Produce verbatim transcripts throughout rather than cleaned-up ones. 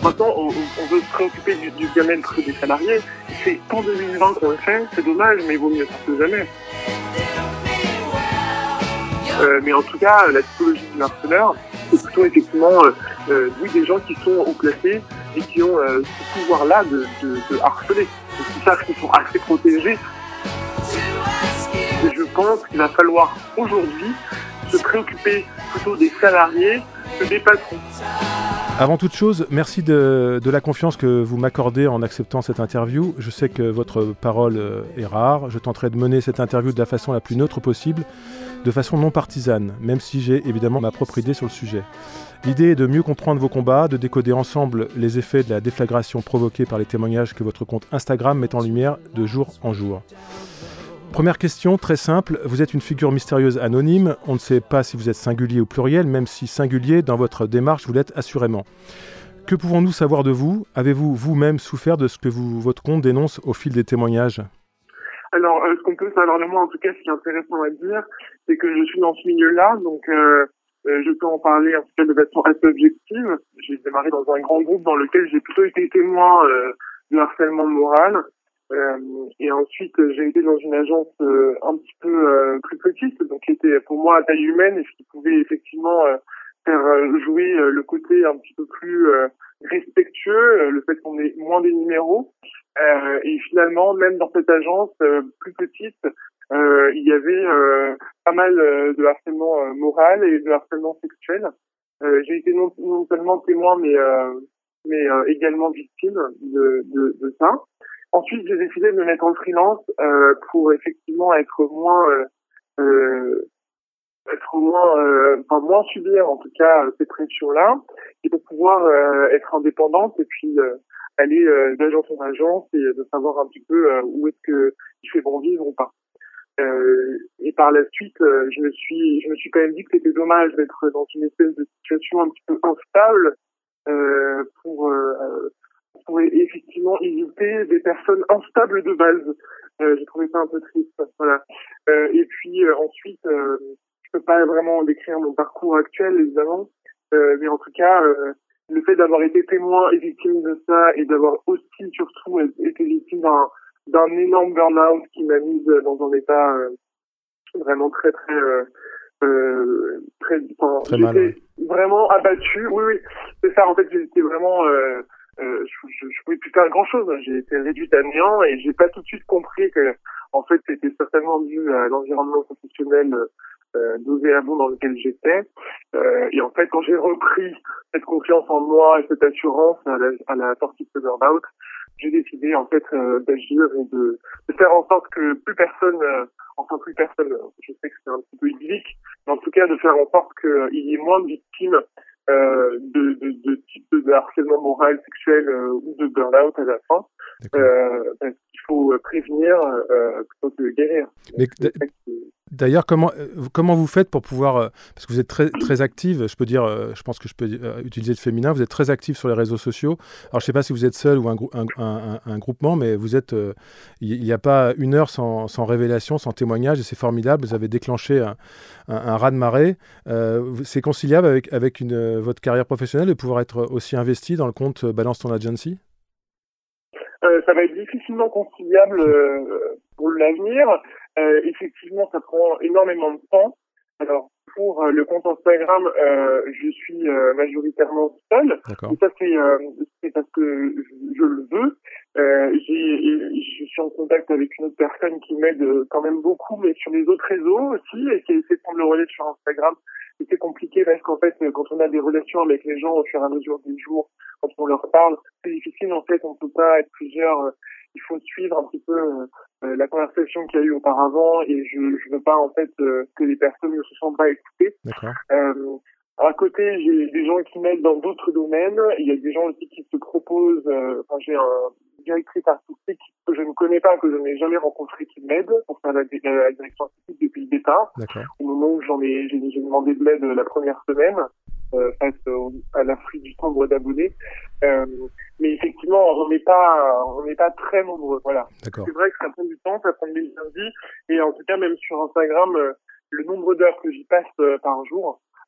Maintenant, on, on veut se préoccuper du, du bien-être des salariés. C'est en deux mille vingt qu'on le fait, c'est dommage, mais il vaut mieux tard que jamais. Euh, mais en tout cas, la typologie du harceleur, c'est plutôt effectivement euh, euh, oui, des gens qui sont haut placés et qui ont euh, ce pouvoir-là de, de, de harceler. Donc, ils savent qu'ils sont assez protégés. Et je pense qu'il va falloir aujourd'hui se préoccuper plutôt des salariés que des patrons. Avant toute chose, merci de, de la confiance que vous m'accordez en acceptant cette interview. Je sais que votre parole est rare. Je tenterai de mener cette interview de la façon la plus neutre possible, de façon non partisane, même si j'ai évidemment ma propre idée sur le sujet. L'idée est de mieux comprendre vos combats, de décoder ensemble les effets de la déflagration provoquée par les témoignages que votre compte Instagram met en lumière de jour en jour. Première question, très simple. Vous êtes une figure mystérieuse anonyme. On ne sait pas si vous êtes singulier ou pluriel, même si singulier, dans votre démarche, vous l'êtes assurément. Que pouvons-nous savoir de vous ? Avez-vous vous-même souffert de ce que vous, votre compte dénonce au fil des témoignages ? Alors, euh, ce qu'on peut savoir de moi, en tout cas, ce qui est intéressant à dire, c'est que je suis dans ce milieu-là, donc euh, euh, je peux en parler en tout cas de façon assez objective. J'ai démarré dans un grand groupe dans lequel j'ai plutôt été témoin euh, de harcèlement moral. Euh, et ensuite, j'ai été dans une agence euh, un petit peu euh, plus petite, donc qui était pour moi à taille humaine et ce qui pouvait effectivement euh, faire euh, jouer euh, le côté un petit peu plus euh, respectueux, euh, le fait qu'on ait moins des numéros. Euh, et finalement, même dans cette agence euh, plus petite, euh, il y avait euh, pas mal euh, de harcèlement euh, moral et de harcèlement sexuel. Euh, j'ai été non, non seulement témoin, mais euh, mais euh, également victime de, de, de ça. Ensuite, j'ai décidé de me mettre en freelance euh, pour effectivement être moins, euh, euh, être moins, euh, enfin moins subir en tout cas ces pressions-là, et pour pouvoir euh, être indépendante et puis euh, aller euh, d'agence en agence et de savoir un petit peu euh, où est-ce que il fait bon vivre ou pas. Euh, et par la suite, euh, je me suis, je me suis quand même dit que c'était dommage d'être dans une espèce de situation un petit peu instable euh, pour euh, pour effectivement éviter des personnes instables de base. Euh, j'ai trouvé ça un peu triste. Voilà. Euh, et puis euh, ensuite, euh, je peux pas vraiment décrire mon parcours actuel évidemment, euh, mais en tout cas, euh, le fait d'avoir été témoin et victime de ça et d'avoir aussi surtout été victime d'un d'un énorme burn-out qui m'a mise dans un état euh, vraiment très très euh, euh, très, enfin, très j'étais mal, ouais. vraiment abattue. Oui, oui, c'est ça. En fait, j'étais vraiment euh, Euh, je, je, je pouvais plus faire grand chose. J'ai été réduite à néant et j'ai pas tout de suite compris que, en fait, c'était certainement dû à l'environnement professionnel euh, nauséabond dans lequel j'étais. Euh, et en fait, quand j'ai repris cette confiance en moi et cette assurance à la, à la sortie de ce burn-out, j'ai décidé en fait euh, d'agir et de, de faire en sorte que plus personne, euh, enfin plus personne, je sais que c'est un petit peu idyllique, mais en tout cas de faire en sorte qu'il y ait moins de victimes Euh, de, de, de type de harcèlement moral, sexuel euh, ou de burn-out à la fin, euh, parce qu'il faut prévenir euh, plutôt que guérir. Mais d- d'ailleurs, comment comment vous faites pour pouvoir, euh, parce que vous êtes très très active, je peux dire, euh, je pense que je peux euh, utiliser le féminin, vous êtes très active sur les réseaux sociaux. Alors je sais pas si vous êtes seul ou un, grou- un, un, un groupement, mais vous êtes, il n'y a pas une heure sans, sans révélation, sans témoignage, et c'est formidable. Vous avez déclenché un, un, un raz-de-marée. Euh, c'est conciliable avec avec une votre carrière professionnelle de pouvoir être aussi investi dans le compte Balance ton Agency? Euh, ça va être difficilement conciliable euh, pour l'avenir. Euh, effectivement, ça prend énormément de temps. Alors, pour euh, le compte Instagram, euh, je suis euh, majoritairement seule. D'accord. Et ça, c'est, euh, c'est parce que je, je le veux. Euh, j'ai, je suis en contact avec une autre personne qui m'aide quand même beaucoup, mais sur les autres réseaux aussi, et qui essaie de prendre le relais sur Instagram. Et c'est compliqué parce qu'en fait, quand on a des relations avec les gens au fur et à mesure des jours, quand on leur parle, c'est difficile. En fait, on peut pas être plusieurs. Euh, il faut suivre un petit peu euh, la conversation qu'il y a eu auparavant, et je je veux pas en fait euh, que les personnes ne se sentent pas écoutées. D'accord. Euh, à côté, j'ai des gens qui m'aident dans d'autres domaines. Il y a des gens aussi qui se proposent. Euh, enfin, j'ai un directrice artistique que je ne connais pas, que je n'ai jamais rencontré, qui m'aide pour faire la, la, la direction artistique depuis le départ. D'accord. Au moment où j'en ai, j'ai, j'ai demandé de l'aide la première semaine. Euh, face au, à l'afflux du nombre d'abonnés, euh, mais effectivement on n'est pas on n'est pas très nombreux, voilà. D'accord. C'est vrai que ça prend du temps, ça prend de l'énergie, et en tout cas même sur Instagram, euh, le nombre d'heures que j'y passe euh, par jour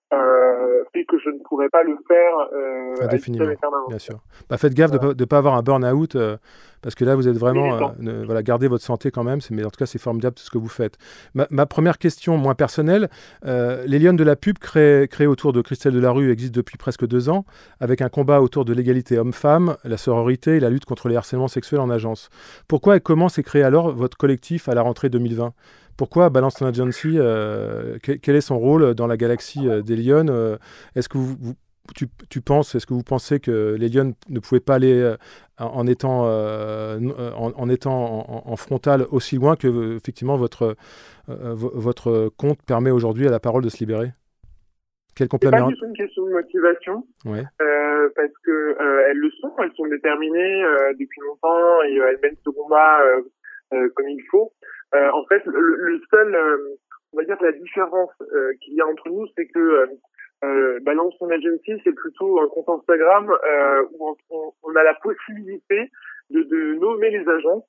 euh, fait que je ne pourrais pas le faire euh, indéfiniment, bien sûr. Bah, faites gaffe voilà. de ne pas avoir un burn-out, euh, parce que là, vous êtes vraiment... Euh, ne, voilà, gardez votre santé quand même, mais en tout cas, c'est formidable tout ce que vous faites. Ma, ma première question, moins personnelle, euh, les Lionnes de la Pub, créées, créées autour de Christelle Delarue, existent depuis presque deux ans, avec un combat autour de l'égalité homme-femme, la sororité et la lutte contre les harcèlements sexuels en agence. Pourquoi et comment s'est créé alors votre collectif à la rentrée deux mille vingt ? Pourquoi Balance Ton Agency, euh, quel, quel est son rôle dans la galaxie euh, des Lionnes euh, Est-ce que vous, vous Tu, tu penses, est-ce que vous pensez que les Lionnes ne pouvaient pas aller euh, en étant, euh, en, en, étant en, en frontal aussi loin que euh, effectivement votre, euh, votre compte permet aujourd'hui à la parole de se libérer? Quel complément? C'est pas du tout une question de motivation, ouais. euh, parce que euh, elles le sont, elles sont déterminées euh, depuis longtemps et euh, elles mènent ce combat euh, euh, comme il faut. Euh, en fait, le, le seul, euh, on va dire la différence euh, qu'il y a entre nous, c'est que euh, Euh, Balance Ton Agency, c'est plutôt un compte Instagram euh, où on, on a la possibilité de, de nommer les agents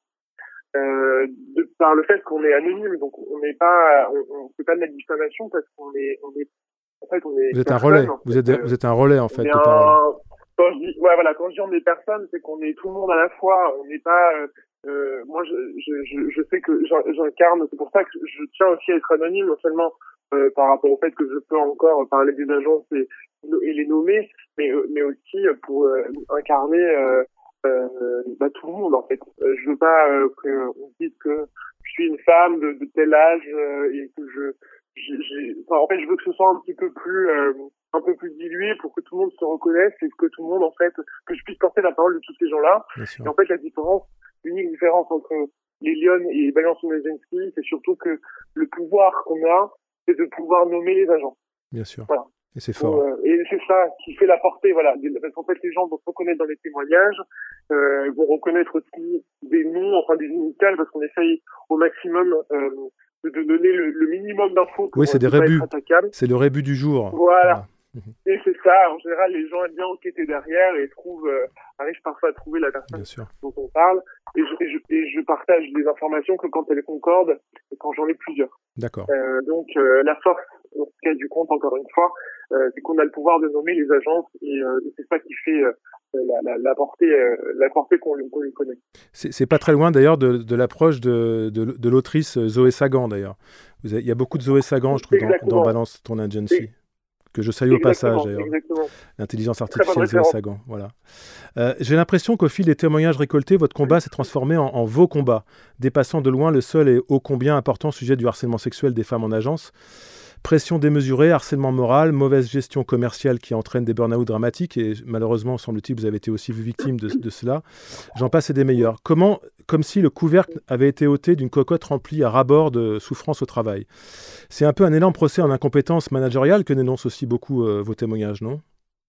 euh, de, par le fait qu'on est anonyme, donc on n'est pas, on, on fait pas de la diffamation parce qu'on est, on est, en fait, on est. Vous êtes un relais. En fait, vous êtes, euh, vous êtes un relais en fait de parole. Un, quand je dis, ouais, voilà, quand je dis on est personne, c'est qu'on est tout le monde à la fois. On n'est pas. Euh, euh, moi, je, je, je, je sais que j'incarne. C'est pour ça que je tiens aussi à être anonyme, non seulement. Euh, par rapport au fait que je peux encore parler des agences et, et les nommer, mais, mais aussi pour euh, incarner euh, euh, bah, tout le monde en fait. Euh, je veux pas euh, qu'on dise que je suis une femme de, de tel âge euh, et que je, j'ai, j'ai... Enfin, en fait, je veux que ce soit un petit peu plus, euh, un peu plus dilué pour que tout le monde se reconnaisse et que tout le monde en fait, que je puisse porter la parole de tous ces gens-là. Et en fait, la différence, l'unique différence entre les Lionnes et Balance Ton Agency, c'est surtout que le pouvoir qu'on a, c'est de pouvoir nommer les agents. Bien sûr. Voilà. Et c'est fort. Euh, et c'est ça qui fait la portée, voilà. Parce qu'en fait, les gens vont se reconnaître dans les témoignages, euh, vont reconnaître aussi des noms, enfin des initiales, parce qu'on essaye au maximum euh, de, de donner le, le minimum d'infos pour oui, c'est des pas rébus. être attaquable. C'est le rébut du jour. Voilà. voilà. Et c'est ça, en général, les gens aiment bien enquêter derrière et trouvent, euh, arrivent parfois à trouver la personne dont on parle. Et je, et, je, et je partage des informations que quand elles concordent et quand j'en ai plusieurs. D'accord. Euh, donc, euh, la force, en tout cas, du compte, encore une fois, euh, c'est qu'on a le pouvoir de nommer les agences et, euh, et c'est ça qui fait euh, la, la, la portée, euh, la portée qu'on, qu'on lui connaît. C'est, c'est pas très loin, d'ailleurs, de, de l'approche de, de, de l'autrice Zoé Sagan, d'ailleurs. Vous avez, il y a beaucoup de Zoé Sagan, je trouve, dans, dans Balance Ton Agency. Et, que je salue au passage d'ailleurs. Exactement. L'intelligence artificielle Zoé Sagan. Voilà. Euh, j'ai l'impression qu'au fil des témoignages récoltés, votre combat s'est transformé en, en vos combats, dépassant de loin le seul et ô combien important sujet du harcèlement sexuel des femmes en agence. Pression démesurée, harcèlement moral, mauvaise gestion commerciale qui entraîne des burn-out dramatiques, et malheureusement, semble-t-il, vous avez été aussi victime de, de cela. J'en passe et des meilleurs. Comment, comme si le couvercle avait été ôté d'une cocotte remplie à ras-bord de souffrance au travail. C'est un peu un énorme procès en incompétence managériale que dénoncent aussi beaucoup euh, vos témoignages, non ?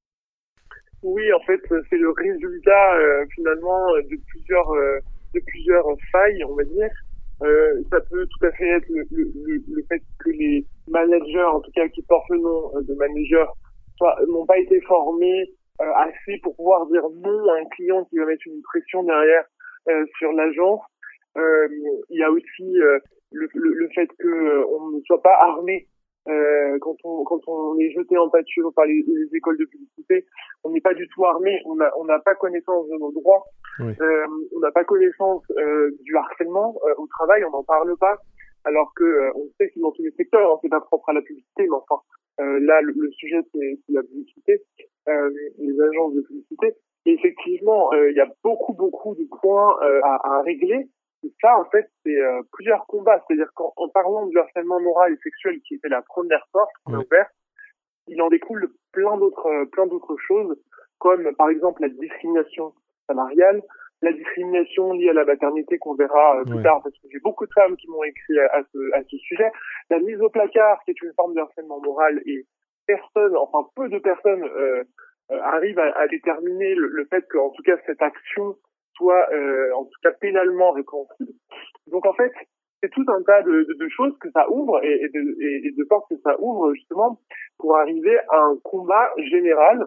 Oui, en fait, c'est le résultat euh, finalement de plusieurs, euh, de plusieurs failles, on va dire. Euh, ça peut tout à fait être le, le, le, le fait que les managers, en tout cas qui portent le nom de manager, soit, n'ont pas été formés euh, assez pour pouvoir dire non à un client qui va mettre une pression derrière euh, sur l'agence. Euh, il y a aussi euh, le, le, le fait que euh, on ne soit pas armé euh, quand on quand on est jeté en pâture par les, les écoles de publicité. On n'est pas du tout armé, on a on n'a pas connaissance de nos droits. Oui. Euh, on n'a pas connaissance euh, du harcèlement euh, au travail, on n'en parle pas, alors que euh, on sait que dans tous les secteurs, hein, c'est pas propre à la publicité, mais enfin euh, là le, le sujet c'est, c'est la publicité, euh, les agences de publicité. Et effectivement, il euh, y a beaucoup beaucoup de points euh, à, à régler. Et ça, en fait, c'est euh, plusieurs combats. C'est-à-dire qu'en en parlant du harcèlement moral et sexuel, qui était la première porte qu'on a ouverte, il en découle plein d'autres euh, plein d'autres choses, comme par exemple la discrimination salariale, la discrimination liée à la maternité qu'on verra euh, plus ouais. tard, parce que j'ai beaucoup de femmes qui m'ont écrit à, à, ce, à ce sujet, la mise au placard, qui est une forme de harcèlement moral, et personne, enfin peu de personnes euh, euh, arrivent à, à déterminer le, le fait qu'en tout cas cette action soit euh, en tout cas pénalement répréhensible. Donc en fait, c'est tout un tas de, de, de choses que ça ouvre et, et, de, et, et de portes que ça ouvre justement pour arriver à un combat général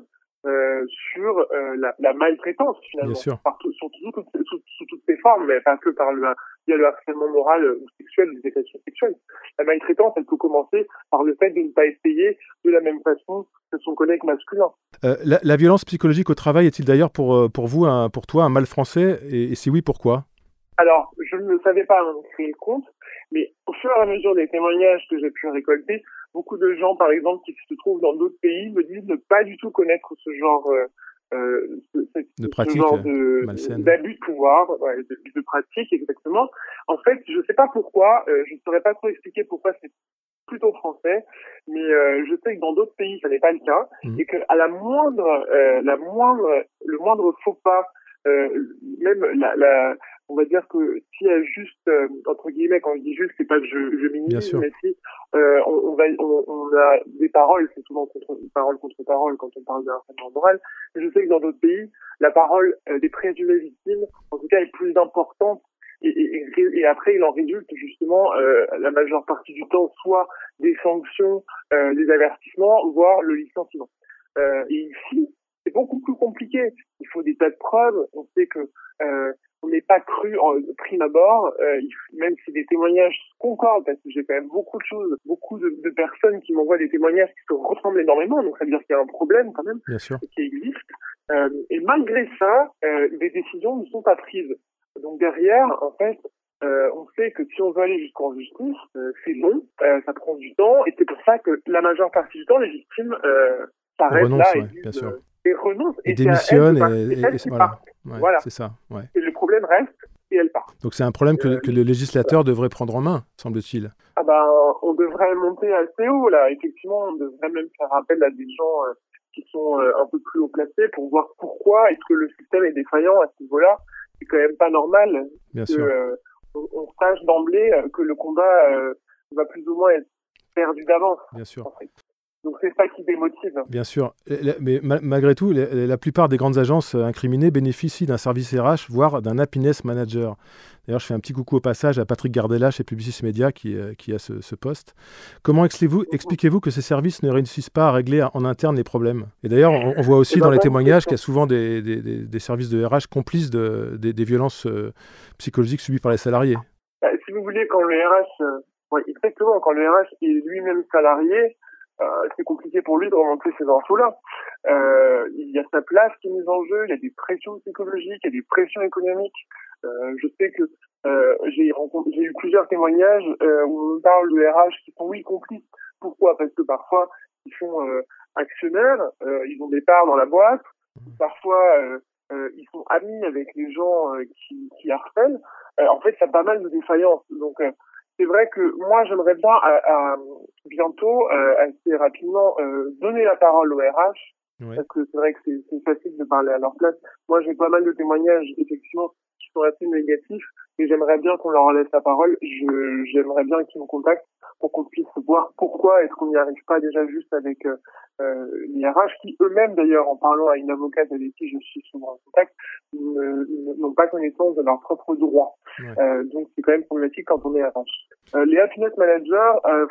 euh, sur euh, la, la maltraitance finalement, partout, sur, tout, sous, sous, sous toutes ses formes, mais pas que par le, via le harcèlement moral ou sexuel, les agressions sexuelles. La maltraitance, elle peut commencer par le fait de ne pas être payé de la même façon que son collègue masculin. Euh, la, la violence psychologique au travail est-il d'ailleurs pour, pour vous, un, pour toi, un mal français, et, et si oui, pourquoi? Alors, je ne le savais pas avant de créer le compte, mais au fur et à mesure des témoignages que j'ai pu récolter, beaucoup de gens, par exemple, qui se trouvent dans d'autres pays, me disent ne pas du tout connaître ce genre, euh, euh, ce, de ce pratique, genre de, d'abus de pouvoir, ouais, de, de pratique, exactement. En fait, je ne sais pas pourquoi, euh, je ne saurais pas trop expliquer pourquoi c'est plutôt français, mais euh, je sais que dans d'autres pays, ça n'est pas le cas, mmh. et que à la moindre, euh, la moindre, le moindre faux pas, euh, même la, la on va dire que s'il y a juste, euh, entre guillemets, quand je dis juste, c'est pas que je, je minimise, mais si euh, on, on, va, on, on a des paroles, c'est souvent contre, parole contre parole quand on parle d'un harcèlement moral, mais je sais que dans d'autres pays, la parole euh, des présumées victimes, en tout cas, est plus importante, et, et, et, et après, il en résulte justement euh, la majeure partie du temps, soit des sanctions, euh, des avertissements, voire le licenciement. Euh, et ici, c'est beaucoup plus compliqué. Il faut des tas de preuves. On sait que euh, on n'est pas cru en prime abord, euh, même si des témoignages concordent, parce que j'ai quand même beaucoup de choses, beaucoup de, de personnes qui m'envoient des témoignages qui se ressemblent énormément, donc ça veut dire qu'il y a un problème quand même qui existe. Euh, et malgré ça, euh, les décisions ne sont pas prises. Donc derrière, en fait, euh, on sait que si on veut aller jusqu'en justice, euh, c'est long, euh, ça prend du temps, et c'est pour ça que la majeure partie du temps, les victimes euh, s'arrêtent là ouais, et disent, bien sûr. Euh, et renoncent. Et, et démissionnent, et, et, et, et voilà. Ouais, voilà. C'est ça, ouais. Et le problème reste, et elle part. Donc c'est un problème que, euh, que le législateur voilà. devrait prendre en main, semble-t-il. Ah ben, on devrait monter assez haut, là. Effectivement, on devrait même faire appel à des gens euh, qui sont euh, un peu plus haut placés pour voir pourquoi est-ce que le système est défaillant à ce niveau-là. C'est quand même pas normal Bien que sûr. Euh, on, on sache d'emblée euh, que le combat euh, va plus ou moins être perdu d'avance. Bien sûr. En fait. Donc c'est ça qui démotive. Bien sûr, mais malgré tout, la plupart des grandes agences incriminées bénéficient d'un service R H, voire d'un happiness manager. D'ailleurs, je fais un petit coucou au passage à Patrick Gardella chez Publicis Media qui, qui a ce, ce poste. Comment expliquez-vous, expliquez-vous que ces services ne réussissent pas à régler en interne les problèmes? Et d'ailleurs, on, on voit aussi dans les témoignages qu'il y a souvent des, des, des, des services de R H complices de, des, des violences psychologiques subies par les salariés. Bah, si vous voulez, quand le R H, euh, ouais, exactement, quand le R H est lui-même salarié, Euh, c'est compliqué pour lui de remonter ces infos-là. Euh, il y a sa place qui est mise en jeu, il y a des pressions psychologiques, il y a des pressions économiques. Euh, je sais que euh, j'ai, rencontré, j'ai eu plusieurs témoignages euh, où on parle de R H qui sont, oui, complices. Pourquoi? Parce que parfois, ils sont euh, actionnaires, euh, ils ont des parts dans la boîte, parfois, euh, euh, ils sont amis avec les gens euh, qui, qui harcèlent. Euh, en fait, ça a pas mal de défaillances. Donc, euh, c'est vrai que moi, j'aimerais bien à, à, bientôt, euh, assez rapidement, euh, donner la parole au R H, oui. Parce que c'est vrai que c'est, c'est facile de parler à leur place. Moi, j'ai pas mal de témoignages, effectivement, qui sont assez négatifs, et j'aimerais bien qu'on leur laisse la parole. Je, j'aimerais bien qu'ils me contactent pour qu'on puisse voir pourquoi est-ce qu'on n'y arrive pas déjà juste avec euh, euh, les R H, qui eux-mêmes, d'ailleurs, en parlant à une avocate avec qui je suis souvent en contact, ne, n'ont pas connaissance de leurs propres droits. Ouais. Euh, donc c'est quand même problématique quand on est R H. Euh, les happiness managers, euh,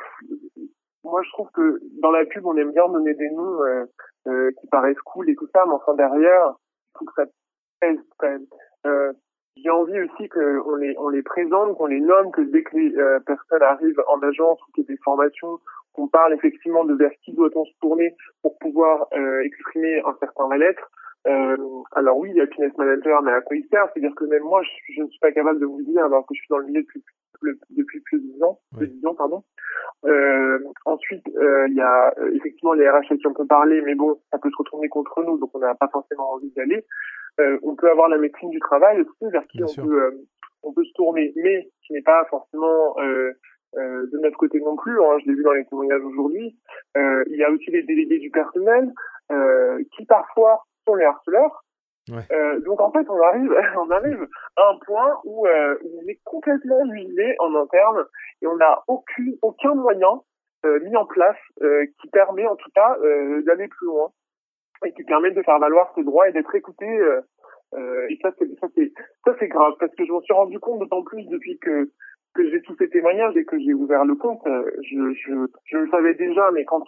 moi je trouve que dans la pub on aime bien donner des noms euh, euh, qui paraissent cool et tout ça, mais enfin derrière, je trouve que ça pèse quand même. Euh, j'ai envie aussi qu'on les, on les présente, qu'on les nomme, que dès que les euh, personnes arrivent en agence ou qu'il y a des formations, qu'on parle effectivement de vers qui doit-on se tourner pour pouvoir euh, exprimer un certain mal-être. Euh, alors oui, il y a Happiness Manager, mais à quoi il sert? C'est-à-dire que même moi, je, je ne suis pas capable de vous le dire alors que je suis dans le milieu depuis, depuis plus de dix ans. Oui. Plus de dix ans, pardon. Euh, ensuite, euh, il y a euh, effectivement les R H à qui on peut parler, mais bon, ça peut se retourner contre nous, donc on n'a pas forcément envie d'y aller. Euh, on peut avoir la médecine du travail aussi, vers qui on peut, euh, on peut se tourner, mais qui n'est pas forcément euh, euh, de notre côté non plus. Hein, je l'ai vu dans les témoignages aujourd'hui. Euh, il y a aussi les délégués du personnel euh, qui parfois sont les harceleurs. Ouais. Euh, donc en fait, on arrive, on arrive à un point où, euh, où on est complètement huilé en interne et on n'a aucun, aucun moyen euh, mis en place euh, qui permet en tout cas euh, d'aller plus loin et qui permet de faire valoir ses droits et d'être écouté. Euh, euh, et ça, c'est, ça, c'est, ça, c'est grave parce que je m'en suis rendu compte d'autant plus depuis que que j'ai tous ces témoignages et que j'ai ouvert le compte. Euh, je, je, je le savais déjà, mais quand euh,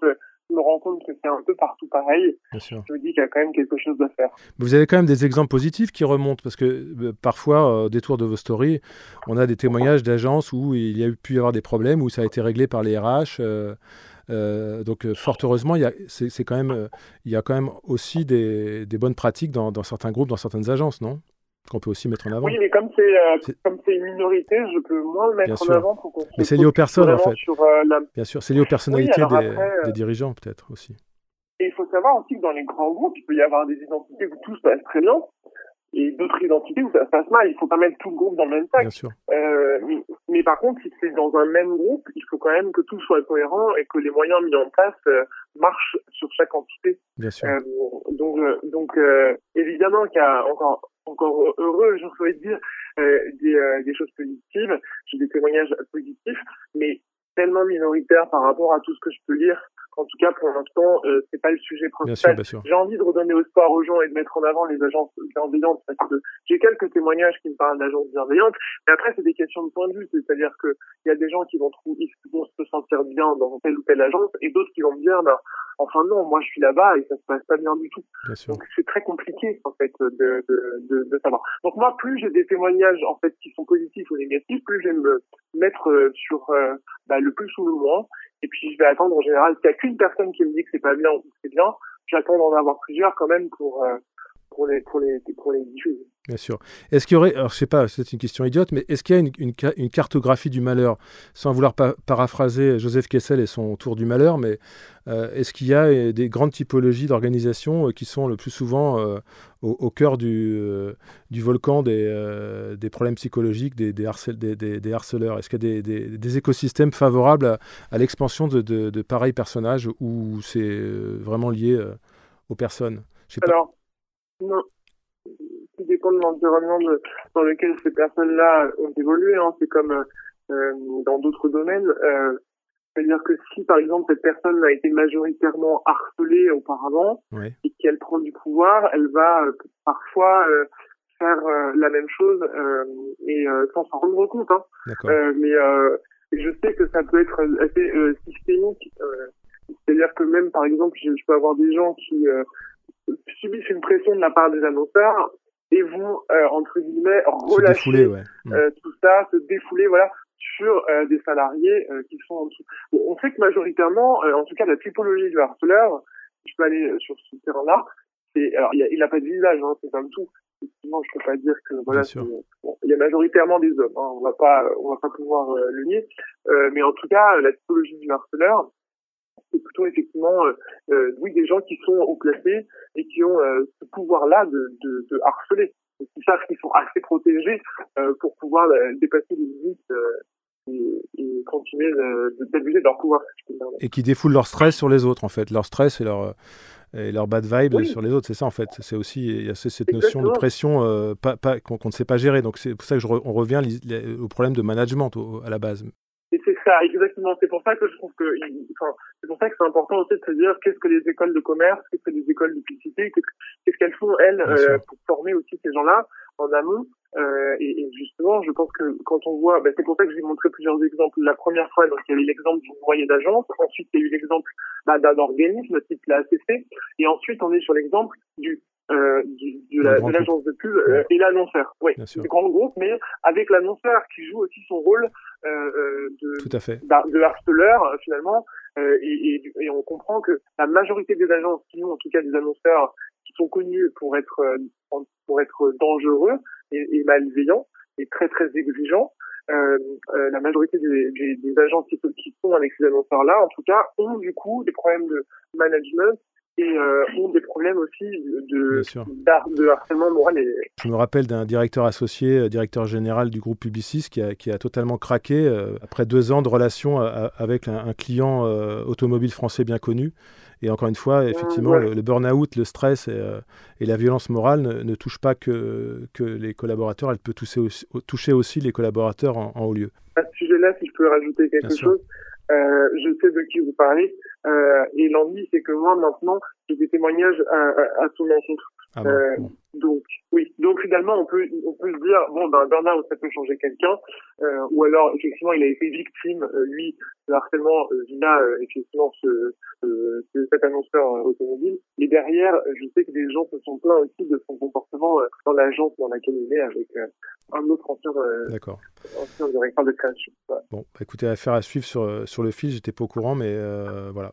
je me rends compte que c'est un peu partout pareil. Bien sûr. Je me dis qu'il y a quand même quelque chose à faire. Vous avez quand même des exemples positifs qui remontent, parce que euh, parfois, euh, au détour de vos stories, on a des témoignages d'agences où il y a eu- pu y avoir des problèmes, où ça a été réglé par les R H. euh, euh, donc, euh, fort heureusement, il y a, c'est, c'est quand même, euh, il y a quand même aussi des, des bonnes pratiques dans, dans certains groupes, dans certaines agences, non? Qu'on peut aussi mettre en avant. Oui, mais comme c'est euh, C'est- comme c'est une minorité, je peux moins le Bien mettre en sûr. avant pour qu'on Mais se c'est lié aux focus personnes, en vraiment fait. sur euh, la... Bien sûr, c'est lié aux Oui, personnalités alors des, après, euh, des dirigeants, peut-être aussi. et il faut savoir aussi que dans les grands groupes, il peut y avoir des identités où tout se passe très bien, et d'autres identités où ça se passe mal. Il faut pas mettre tout le groupe dans le même sac. Bien sûr. Euh, mais, mais par contre, si c'est dans un même groupe, il faut quand même que tout soit cohérent et que les moyens mis en place euh, marchent sur chaque entité. Bien sûr. Euh, donc, euh, donc euh, évidemment qu'il y a encore, encore heureux, je souhaite dire, euh, des, euh, des choses positives. J'ai des témoignages positifs, mais tellement minoritaires par rapport à tout ce que je peux lire. En tout cas, pour l'instant, euh, c'est pas le sujet Bien sûr, principal. bien sûr. J'ai envie de redonner espoir aux gens et de mettre en avant les agences bienveillantes parce que j'ai quelques témoignages qui me parlent d'agences bienveillantes. Mais après, c'est des questions de point de vue. C'est-à-dire que il y a des gens qui vont trouver, qui vont se sentir bien dans telle ou telle agence et d'autres qui vont me dire, bah, enfin non, moi je suis là-bas et ça se passe pas bien du tout. Bien sûr. Donc c'est très compliqué en fait de, de, de, de savoir. Donc moi, plus j'ai des témoignages en fait qui sont positifs ou négatifs, plus je vais me mettre euh, sur euh, bah, le plus ou le moins. Et puis je vais attendre en général, s'il n'y a qu'une personne qui me dit que c'est pas bien ou que c'est bien, j'attends d'en avoir plusieurs quand même pour euh, pour les pour les pour les diffuser. Bien sûr. Est-ce qu'il y aurait, alors je sais pas, c'est une question idiote, mais est-ce qu'il y a une, une, une cartographie du malheur, sans vouloir pa- paraphraser Joseph Kessel et son tour du malheur, mais euh, est-ce qu'il y a euh, des grandes typologies d'organisations euh, qui sont le plus souvent euh, au, au cœur du, euh, du volcan des, euh, des problèmes psychologiques des, des, harcel, des, des, des harceleurs? Est-ce qu'il y a des, des, des écosystèmes favorables à, à l'expansion de, de, de pareils personnages où c'est euh, vraiment lié euh, aux personnes? Je sais pas. Alors, non. Tout dépend de l'environnement de, dans lequel ces personnes-là ont évolué. Hein. C'est comme euh, dans d'autres domaines. Euh, c'est-à-dire que si, par exemple, cette personne a été majoritairement harcelée auparavant Ouais. et qu'elle prend du pouvoir, elle va euh, parfois euh, faire euh, la même chose euh, et euh, sans s'en rendre compte. Hein. D'accord. Euh, mais euh, je sais que ça peut être assez euh, systémique. Euh, c'est-à-dire que même, par exemple, je, je peux avoir des gens qui euh, subissent une pression de la part des annonceurs et vont, euh, entre guillemets, relâcher défouler, ouais. euh, tout ça, se défouler, voilà, sur euh, des salariés euh, qui sont en dessous. Bon, on sait que majoritairement, euh, en tout cas, la typologie du harceleur, je peux aller sur ce terrain-là, c'est, alors, il n'a pas de visage, hein, c'est comme tout. Effectivement, je peux pas dire que, voilà, bon, il y a majoritairement des hommes, hein, on va pas, on va pas pouvoir euh, le nier, euh, mais en tout cas, la typologie du harceleur, c'est plutôt effectivement, euh, euh, oui, des gens qui sont haut placés et qui ont euh, ce pouvoir-là de, de, de harceler. Et qui savent qu'ils sont assez protégés euh, pour pouvoir euh, dépasser les limites euh, et, et continuer de, de, d'abuser de leur pouvoir. Et qui défoulent leur stress sur les autres, en fait. Leur stress et leur, et leur bad vibe oui. sur les autres, c'est ça, en fait. C'est aussi, il y a cette notion Exactement. de pression euh, pas, pas, qu'on, qu'on ne sait pas gérer. Donc c'est pour ça que je re, on revient au problème de management au, à la base. Et c'est ça, exactement. C'est pour ça que je trouve que, enfin, c'est pour ça que c'est important aussi de se dire qu'est-ce que les écoles de commerce, qu'est-ce que les écoles de publicité, qu'est-ce, qu'est-ce qu'elles font, elles, euh, pour former aussi ces gens-là en amont. Euh, et, et justement, je pense que quand on voit, ben, c'est pour ça que j'ai montré plusieurs exemples. La première fois, donc, il y avait l'exemple d'une moyenne d'agence. Ensuite, il y a eu l'exemple, bah, d'un organisme, type la A C C. Et ensuite, on est sur l'exemple du, Euh, du, de, la, de l'agence de pub euh, ouais. et l'annonceur. Oui, du grand groupe, mais avec l'annonceur qui joue aussi son rôle euh, de, Tout à fait. de harceleur euh, finalement. Euh, et, et, et on comprend que la majorité des agences qui ont en tout cas des annonceurs qui sont connus pour être euh, pour être dangereux et, et malveillants et très très exigeants. Euh, euh, la majorité des, des, des agences qui, qui sont avec ces annonceurs-là, en tout cas, ont du coup des problèmes de management et euh, ont des problèmes aussi de, de, de harcèlement moral. Et... Je me rappelle d'un directeur associé, directeur général du groupe Publicis qui a, qui a totalement craqué euh, après deux ans de relation à, à, avec un, un client euh, automobile français bien connu. Et encore une fois, effectivement, mmh, ouais. le, le burn-out, le stress et, euh, et la violence morale ne, ne touchent pas que, que les collaborateurs, elle peut toucher aussi, toucher aussi les collaborateurs en, en haut lieu. À ce sujet-là, si je peux rajouter quelque bien chose, euh, je sais de qui vous parlez. Euh, et l'ennui, c'est que moi, maintenant, j'ai des témoignages à, à, à son encontre. Ah bon, euh, bon. Donc, oui. Donc, finalement, on peut, on peut se dire, bon, ben, burn-out, ça peut changer quelqu'un, euh, ou alors, effectivement, il a été victime, euh, lui, de harcèlement euh, via, euh, effectivement, ce, ce, ce, cet annonceur euh, automobile. Et derrière, je sais que des gens se sont plaints aussi de son comportement euh, dans l'agence dans laquelle il est avec euh, un autre ancien, euh, D'accord. ancien directeur de création. Voilà. Bon, bah, écoutez, affaire à suivre sur, sur le fil, j'étais pas au courant, mais euh, voilà.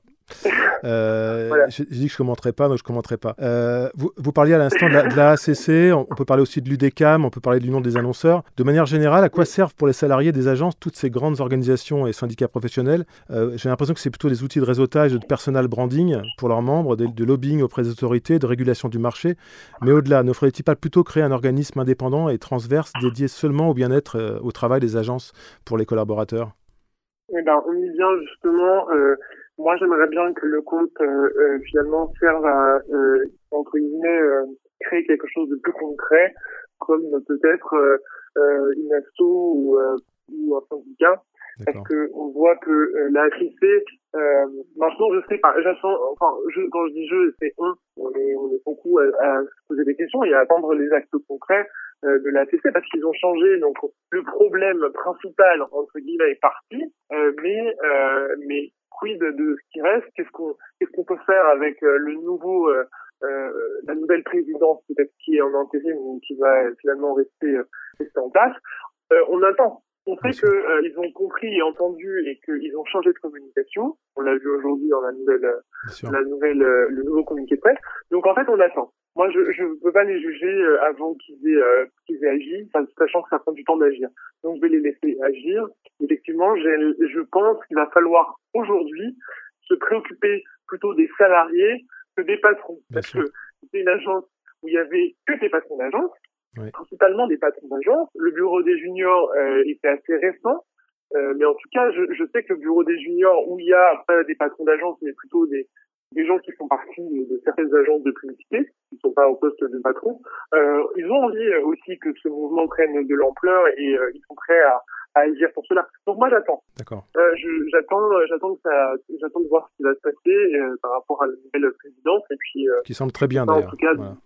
Euh, Voilà. J'ai dit que je commenterais pas, donc je commenterai pas. Euh, vous, vous parliez à l'instant de la, de la A C C, on, on peut parler aussi de l'U D C A M, on peut parler du nom des annonceurs. De manière générale, à quoi servent pour les salariés des agences toutes ces grandes organisations et syndicats professionnels? euh, J'ai l'impression que c'est plutôt des outils de réseautage, de personal branding pour leurs membres, de, de lobbying auprès des autorités, de régulation du marché. Mais au-delà, ne faudrait-il pas plutôt créer un organisme indépendant et transverse dédié seulement au bien-être, euh, au travail des agences pour les collaborateurs? Eh ben, on y vient justement. Euh, moi, j'aimerais bien que le compte euh, euh, finalement serve à euh, entre guillemets euh, créer quelque chose de plus concret, comme peut-être euh, euh, une asso ou, euh, ou un syndicat, parce que on voit que euh, la A C C, euh, maintenant, je sais pas, j'attends. Enfin, je, quand je dis je, c'est on. On est, on est beaucoup à, à se poser des questions et à attendre les actes concrets de la A C C parce qu'ils ont changé. Donc le problème principal entre guillemets est parti, euh, mais euh, mais quid de, de ce qui reste? Qu'est-ce qu'on qu'est-ce qu'on peut faire avec euh, le nouveau euh, euh, la nouvelle présidence peut-être qui est en intérim ou qui va euh, finalement rester euh, rester en place? euh, On attend. On sait que euh, ils ont compris et entendu et qu'ils ont changé de communication. On l'a vu aujourd'hui dans la nouvelle la nouvelle euh, le nouveau communiqué de presse. Donc en fait on attend. Moi, je ne peux pas les juger euh, avant qu'ils aient, euh, qu'ils aient agi, sachant que ça prend du temps d'agir. Donc, je vais les laisser agir. Effectivement, j'ai, je pense qu'il va falloir aujourd'hui se préoccuper plutôt des salariés que des patrons. Bien parce sûr. que c'était une agence où il y avait que des patrons d'agence, oui. principalement des patrons d'agence. Le bureau des juniors euh, était assez récent. Euh, mais en tout cas, je, je sais que le bureau des juniors, où il y a pas des patrons d'agence, mais plutôt des des gens qui font partie de certaines agences de publicité, qui ne sont pas au poste de patron, euh, ils ont envie aussi que ce mouvement prenne de l'ampleur et euh, ils sont prêts à, à agir pour cela. Donc moi j'attends. D'accord. Euh, je, j'attends, j'attends que ça, j'attends de voir ce qui va se passer euh, par rapport à la nouvelle présidence et puis. Euh, qui semble très bien ça, d'ailleurs. En tout cas, voilà.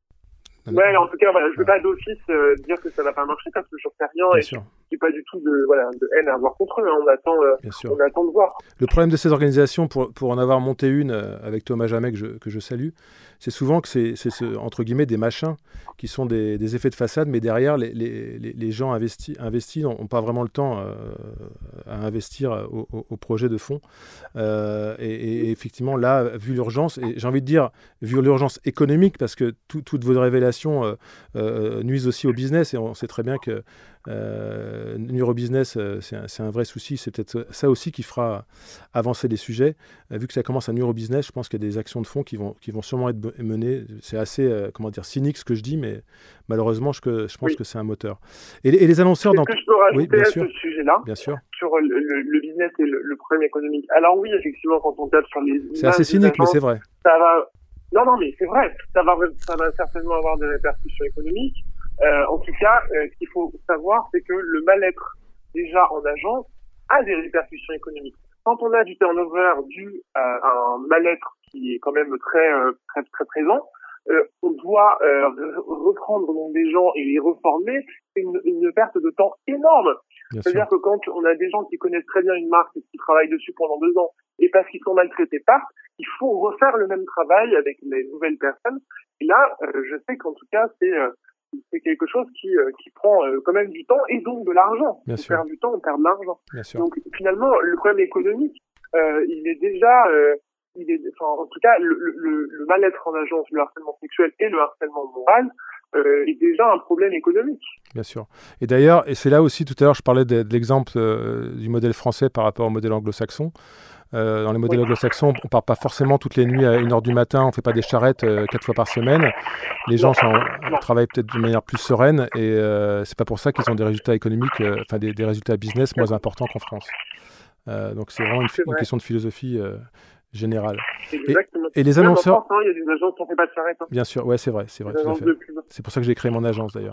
Ouais, en tout cas, voilà, je ne peux pas d'office euh, dire que ça va pas marcher parce que je sais rien Bien et sûr. je n'ai pas du tout de, voilà, de haine à avoir contre eux. Hein. On attend, euh, Bien sûr. on attend de voir. Le problème de ces organisations, pour, pour en avoir monté une euh, avec Thomas Jamet que je, que je salue, c'est souvent que c'est, c'est ce, entre guillemets des machins qui sont des, des effets de façade, mais derrière les, les, les gens investis, investis n'ont pas vraiment le temps euh, à investir au, au, au projet de fond. Euh, et, et effectivement, là, vu l'urgence, et j'ai envie de dire, vu l'urgence économique, parce que tout, toutes vos révélations euh, euh, nuisent aussi au business, et on sait très bien que euh, nuire au business, euh, c'est, un, c'est un vrai souci. C'est peut-être ça aussi qui fera avancer les sujets. Euh, vu que ça commence à nuire au business, je pense qu'il y a des actions de fond qui vont, qui vont sûrement être menées. C'est assez euh, comment dire, cynique ce que je dis, mais malheureusement, je, que, je pense oui. que c'est un moteur. Et, et les annonceurs... Est-ce dans... que je peux rajouter oui, bien à sûr. ce sujet-là, bien sûr. sur le, le, le business et le, le problème économique? Alors oui, effectivement, quand on tape sur les... C'est assez cynique, agences, mais c'est vrai. Ça va... Non, non, mais c'est vrai. Ça va, ça va certainement avoir des répercussions économiques. Euh, en tout cas, euh, ce qu'il faut savoir, c'est que le mal-être déjà en agence a des répercussions économiques. Quand on a du turnover dû à un mal-être qui est quand même très euh, très très présent, euh, on doit euh, reprendre donc des gens et les reformer. C'est une, une perte de temps énorme. Bien C'est-à-dire sûr. que quand on a des gens qui connaissent très bien une marque et qui travaillent dessus pendant deux ans, et parce qu'ils sont maltraités partent, il faut refaire le même travail avec les nouvelles personnes. Et là, euh, je sais qu'en tout cas, c'est euh, c'est quelque chose qui, euh, qui prend euh, quand même du temps et donc de l'argent. Bien on sûr. perd du temps, on perd de l'argent. Bien sûr. Donc finalement, le problème économique, euh, il est déjà, euh, il est, enfin, en tout cas, le, le, le mal-être en agence, le harcèlement sexuel et le harcèlement moral euh, est déjà un problème économique. Bien sûr. Et d'ailleurs, et c'est là aussi, tout à l'heure, je parlais de, de l'exemple euh, du modèle français par rapport au modèle anglo-saxon. Euh, dans les modèles oui. anglo-saxons, on ne part pas forcément toutes les nuits à une heure du matin, on ne fait pas des charrettes euh, quatre fois par semaine. Les gens sont, travaillent peut-être de manière plus sereine et euh, ce n'est pas pour ça qu'ils ont des résultats économiques, euh, enfin des, des résultats business moins importants qu'en France. Euh, donc c'est vraiment une, une question de philosophie euh, générale. Exactement. Et, et les annonceurs... En France, il y a des agences qui ne font pas de charrettes. Hein. Bien sûr, ouais, c'est vrai. C'est, vrai, tout à fait. C'est pour ça que j'ai créé mon agence d'ailleurs.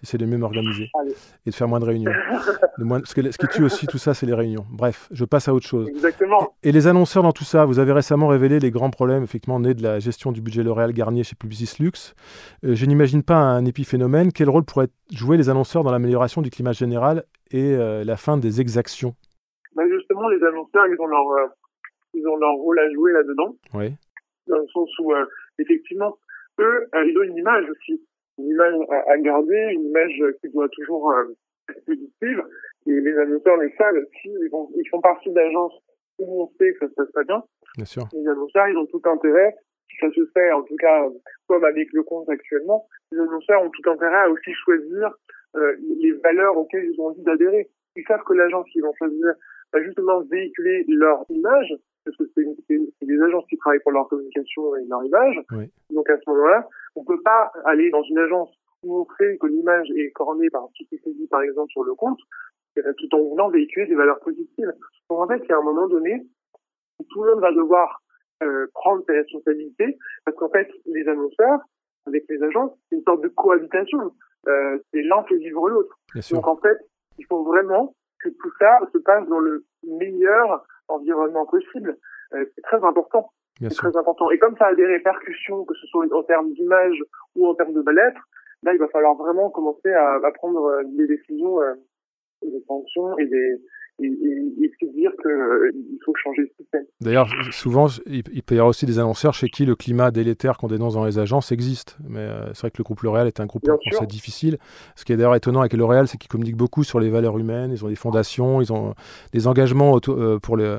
J'essaie de mieux m'organiser Allez. et de faire moins de réunions. De moins... Parce que ce qui tue aussi tout ça, c'est les réunions. Bref, je passe à autre chose. Exactement. Et, et les annonceurs dans tout ça, vous avez récemment révélé les grands problèmes effectivement nés de la gestion du budget L'Oréal Garnier chez Publicis Luxe. Euh, je n'imagine pas un épiphénomène. Quel rôle pourraient jouer les annonceurs dans l'amélioration du climat général et euh, la fin des exactions? Bah justement, les annonceurs, ils ont leur, euh, ils ont leur rôle à jouer là-dedans. Oui. Dans le sens où, euh, effectivement, eux, euh, ils ont une image aussi. Une image à, à garder, une image qui doit toujours euh, être positive. Et les annonceurs le savent aussi. Ils, vont, ils font partie d'agences où on sait que ça se passe pas bien. Bien sûr. Les annonceurs, ils ont tout intérêt, si ça se fait, en tout cas, comme avec le compte actuellement, les annonceurs ont tout intérêt à aussi choisir euh, les valeurs auxquelles ils ont envie d'adhérer. Ils savent que l'agence qu'ils vont choisir va justement véhiculer leur image, parce que c'est, c'est, c'est des agences qui travaillent pour leur communication et leur image. Oui. Donc à ce moment-là, on peut pas aller dans une agence où on sait que l'image est cornée par ce qui s'est dit, par exemple, sur le compte, tout en voulant véhiculer des valeurs positives. Donc en fait, il y a un moment donné où tout le monde va devoir euh, prendre ses responsabilités, parce qu'en fait, les annonceurs, avec les agences, c'est une sorte de cohabitation. Euh, c'est l'un fait vivre l'autre. Bien sûr. Donc en fait, il faut vraiment que tout ça se passe dans le meilleur environnement possible. Euh, c'est très important. Bien c'est sûr. très important. Et comme ça a des répercussions, que ce soit en termes d'image ou en termes de mal-être, là, il va falloir vraiment commencer à, à prendre des décisions, euh, des sanctions et des et, et, et se dire qu'il euh, faut changer le système. D'ailleurs, souvent, il, il peut y avoir aussi des annonceurs chez qui le climat délétère qu'on dénonce dans les agences existe. Mais euh, c'est vrai que le groupe L'Oréal est un groupe Bien pour sûr. ça difficile. Ce qui est d'ailleurs étonnant avec L'Oréal, c'est qu'ils communiquent beaucoup sur les valeurs humaines. Ils ont des fondations, ils ont des engagements auto, euh, pour, le,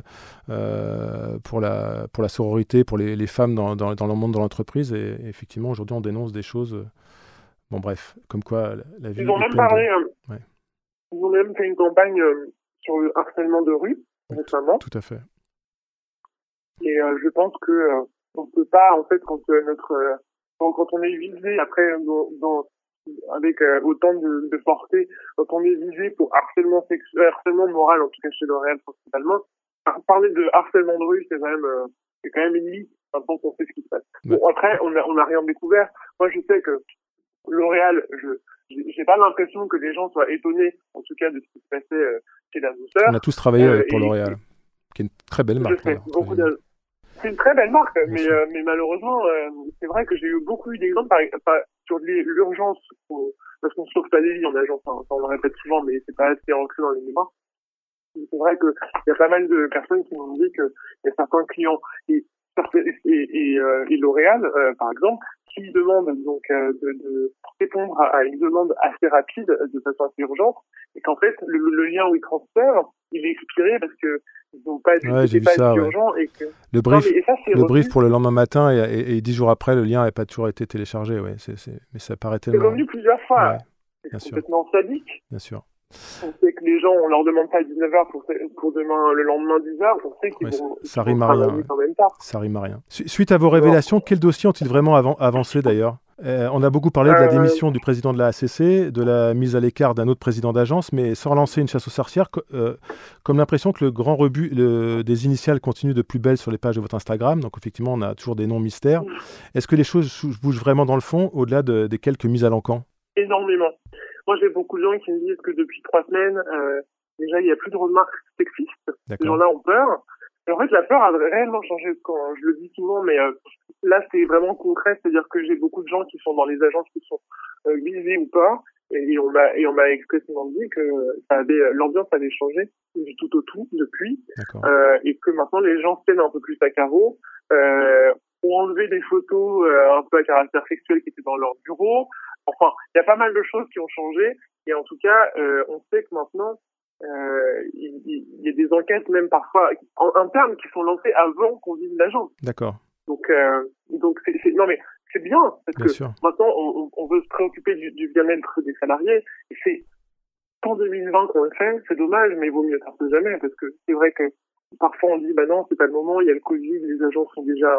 euh, pour, la, pour la sororité, pour les, les femmes dans, dans, dans le monde de l'entreprise. Et, et effectivement, aujourd'hui, on dénonce des choses. Euh, bon, bref, comme quoi la, la vie Ils ont est même pleine parlé, de... euh, ouais. Ils ont même fait une campagne euh, sur le harcèlement de rue récemment. Tout à fait. Et euh, je pense que euh, on peut pas, en fait, quand euh, notre euh, quand, quand on est visé après dans, dans avec euh, autant de, de portée, quand on est visé pour harcèlement sexuel, harcèlement moral, en tout cas chez L'Oréal principalement, parler de harcèlement de rue, c'est quand même euh, c'est quand même une limite. Maintenant qu'on sait ce qui se passe. Ouais. Bon, après, on a on a rien découvert. Moi, je sais que L'Oréal, je j'ai pas l'impression que les gens soient étonnés, en tout cas, de ce qui se passait euh, chez l'annonceur. On a tous travaillé Euh, pour et- L'Oréal, qui est une très belle Je marque. sais, d'ailleurs, beaucoup très de... C'est une très belle marque, Bien mais, sûr. euh, mais malheureusement, euh, c'est vrai que j'ai eu beaucoup eu d'exemples par, par, sur les- l'urgence, au- parce qu'on sauve pas des vies en agence, hein, ça on le répète souvent, mais c'est pas assez ancré dans les mémoires. C'est vrai qu'il y a pas mal de personnes qui m'ont dit qu'il y a certains clients et, et, et, euh, et L'Oréal, euh, par exemple, qui demandent donc euh, de, de répondre à, à une demande assez rapide, de façon assez urgente, et qu'en fait le, le lien où ils transfèrent, il est expiré parce que ils n'ont pas dit Ouais, que j'ai c'était vu pas ça, ouais. urgent et que Le non, brief, mais, et ça, c'est le revu. brief pour le lendemain matin et, et, et dix jours après, le lien n'avait pas toujours été téléchargé. Ouais. C'est, c'est... Mais ça paraît C'est tellement... revenu plusieurs fois. Ouais, C'est bien sûr. complètement sadique. Bien sûr. On sait que les gens, on leur demande pas dix-neuf heures pour, pour demain, le lendemain dix heures. On sait qu'ils Ouais, vont, ça qu'ils rime vont à rien, travailler ouais. quand même tard. Ça rime à rien. Su- Suite à vos révélations, quels dossiers ont-ils vraiment avan- avancé d'ailleurs? Euh, on a beaucoup parlé de la Euh, démission du président de la A C C, de la mise à l'écart d'un autre président d'agence, mais sans lancer une chasse aux sorcières, co- euh, comme l'impression que le grand rebut le- des initiales continue de plus belle sur les pages de votre Instagram. Donc effectivement, on a toujours des noms mystères. Est-ce que les choses sou- bougent vraiment dans le fond, au-delà de- des quelques mises à l'encan? Énormément. Moi, j'ai beaucoup de gens qui me disent que depuis trois semaines, euh, déjà, il n'y a plus de remarques sexistes. Ces D'accord. gens-là ont peur. Et en fait, la peur a réellement changé quand je le dis souvent, mais euh, là, c'est vraiment concret. C'est-à-dire que j'ai beaucoup de gens qui sont dans les agences qui sont euh, visées ou pas. Et, et on m'a et on m'a expressément dit que ça avait l'ambiance avait changé du tout au tout depuis. D'accord. Euh, et que maintenant, les gens tiennent un peu plus à carreau. Euh, ont enlevé des photos euh, un peu à caractère sexuel qui étaient dans leur bureau. Enfin, il y a pas mal de choses qui ont changé. Et en tout cas, euh, on sait que maintenant, euh, il, il y a des enquêtes même parfois en internes qui sont lancées avant qu'on vive l'agence. D'accord. Donc, euh, donc c'est, c'est, non mais c'est bien parce Bien que sûr. maintenant on, on veut se préoccuper du, du bien-être des salariés. Et c'est en deux mille vingt qu'on le fait. C'est dommage, mais il vaut mieux tard que jamais parce que c'est vrai que parfois on dit bah non, c'est pas le moment. Il y a le Covid, les agences sont déjà,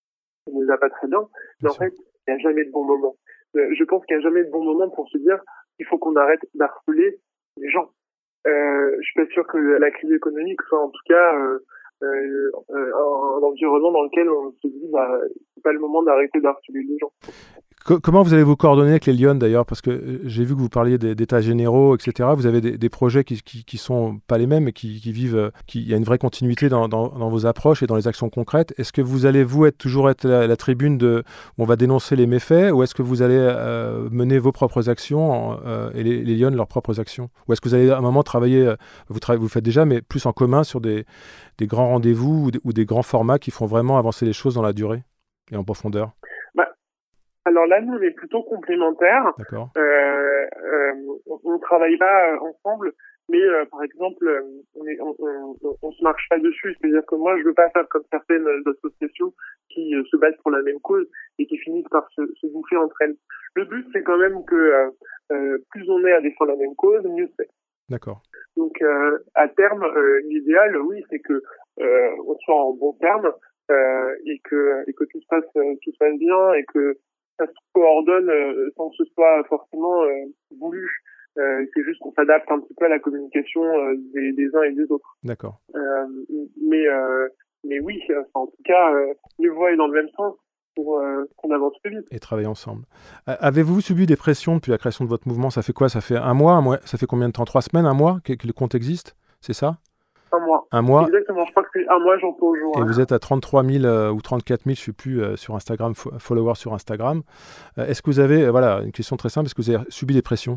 on les a pas très bien. Mais Bien en sûr. fait, il n'y a jamais de bon moment. Euh, je pense qu'il n'y a jamais de bon moment pour se dire qu'il faut qu'on arrête d'harceler les gens. Euh, je suis pas sûr que la crise économique soit en tout cas euh, euh, un, un environnement dans lequel on se dit bah c'est pas le moment d'arrêter d'harceler les gens. Co- comment vous allez vous coordonner avec les Lyonnes d'ailleurs? Parce que euh, j'ai vu que vous parliez des- d'états généraux, et cetera. Vous avez des, des projets qui, qui, qui sont pas les mêmes, mais qui, qui vivent, euh, qui, il y a une vraie continuité dans, dans, dans vos approches et dans les actions concrètes. Est-ce que vous allez, vous, être toujours être la, la tribune de, où on va dénoncer les méfaits, ou est-ce que vous allez euh, mener vos propres actions en, euh, et les, les Lyonnes leurs propres actions? Ou est-ce que vous allez à un moment travailler, euh, vous, tra- vous le faites déjà, mais plus en commun sur des, des grands rendez-vous ou des, ou des grands formats qui font vraiment avancer les choses dans la durée et en profondeur? Alors là, nous, on est plutôt complémentaires. D'accord. Euh, euh, on ne travaille pas euh, ensemble, mais euh, par exemple, euh, on, est, on, on, on, on se marche pas dessus. C'est-à-dire que moi, je veux pas faire comme certaines associations qui euh, se battent pour la même cause et qui finissent par se, se bouffer entre elles. Le but, c'est quand même que euh, euh, plus on est à défendre la même cause, mieux c'est. D'accord. Donc, euh, à terme, euh, l'idéal, oui, c'est que euh, on soit en bon terme euh, et que et que tout se passe euh, tout se passe bien et que ça se coordonne euh, sans que ce soit forcément euh, voulu. Euh, c'est juste qu'on s'adapte un petit peu à la communication euh, des, des uns et des autres. D'accord. Euh, mais euh, mais oui, enfin, en tout cas, euh, les voies est dans le même sens pour euh, qu'on avance plus vite. Et travailler ensemble. Euh, avez-vous subi des pressions depuis la création de votre mouvement? Ça fait quoi? Ça fait un mois, un mois? Ça fait combien de temps? Trois semaines? Un mois que, que le compte existe? C'est ça? Un mois. Un mois. Exactement. Je crois que c'est un mois jour pour jour. Et hein. vous êtes à trente-trois mille euh, ou trente-quatre mille, je ne sais plus, euh, sur Instagram, fo- followers sur Instagram. Euh, est-ce que vous avez, euh, voilà, une question très simple, est-ce que vous avez subi des pressions?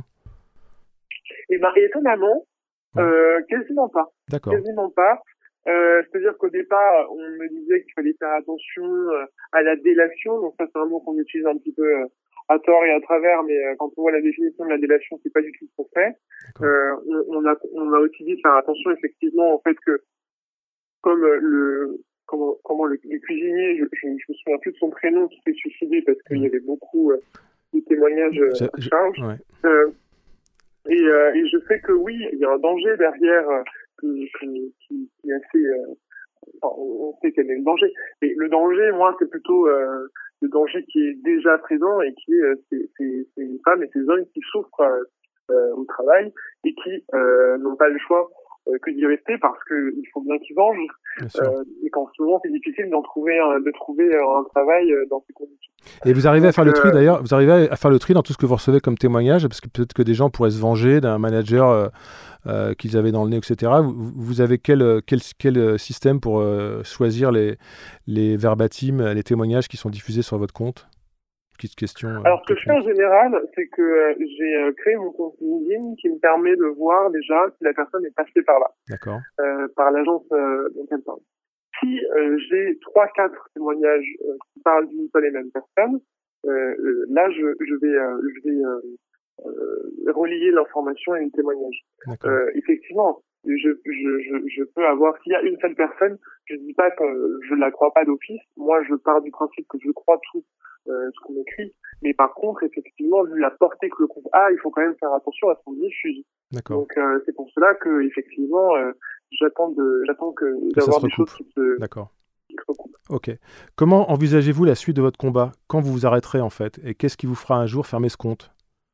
Et ben, étonnamment, Ouais. euh, quasiment pas. D'accord. Quasiment pas. Euh, c'est-à-dire qu'au départ, on me disait qu'il fallait faire attention euh, à la délation. Donc ça, c'est un mot qu'on utilise un petit peu euh, à tort et à travers, mais euh, quand on voit la définition de la délation, c'est pas du tout ce qu'on fait. Euh, on, on a, on a aussi dit de faire attention effectivement au fait que, comme euh, le, comment, comment le, le cuisinier, je, je, je me souviens plus de son prénom, qui s'est suicidé parce qu'il y avait beaucoup euh, de témoignages euh, à charge. Ouais. Euh, et, euh, et je sais que oui, il y a un danger derrière euh, qui, qui, qui, qui est assez. Euh, enfin, on sait quel est le danger. Mais le danger, moi, c'est plutôt euh, le danger qui est déjà présent et qui est euh, c'est, c'est, c'est les femmes et ces hommes qui souffrent euh, au travail et qui euh, n'ont pas le choix euh, que d'y rester parce que il faut bien qu'ils vengent. Euh, et qu'en ce moment, c'est difficile d'en trouver, un, de trouver un travail euh, dans ces conditions. Et vous arrivez Donc, à faire le tri euh, d'ailleurs, vous arrivez à faire le tri dans tout ce que vous recevez comme témoignage, parce que peut-être que des gens pourraient se venger d'un manager euh, euh, qu'ils avaient dans le nez, et cetera. Vous, vous avez quel, quel, quel système pour euh, choisir les, les verbatims, les témoignages qui sont diffusés sur votre compte? Petite question. Euh, Alors, ce que je fais en général, c'est que euh, j'ai euh, créé mon compte LinkedIn qui me permet de voir déjà si la personne est passée par là, D'accord. euh, par l'agence euh, dont elle parle. Si euh, j'ai trois, quatre témoignages euh, qui parlent d'une seule et même personne, euh, euh, là, je, je vais, euh, je vais euh, euh, relier l'information à une témoignage. Euh, effectivement, je, je, je, je peux avoir, s'il y a une seule personne, je dis pas que je ne la crois pas d'office. Moi, je pars du principe que je crois tout euh, ce qu'on écrit. Mais par contre, effectivement, vu la portée que le compte a, il faut quand même faire attention à ce qu'on diffuse. D'accord. Donc, euh, c'est pour cela que, effectivement, euh, j'attends de, j'attends que, que d'avoir des choses qui se, D'accord. qui se recoupent. Ok. Comment envisagez-vous la suite de votre combat? Quand vous vous arrêterez, en fait? Et qu'est-ce qui vous fera un jour fermer ce compte?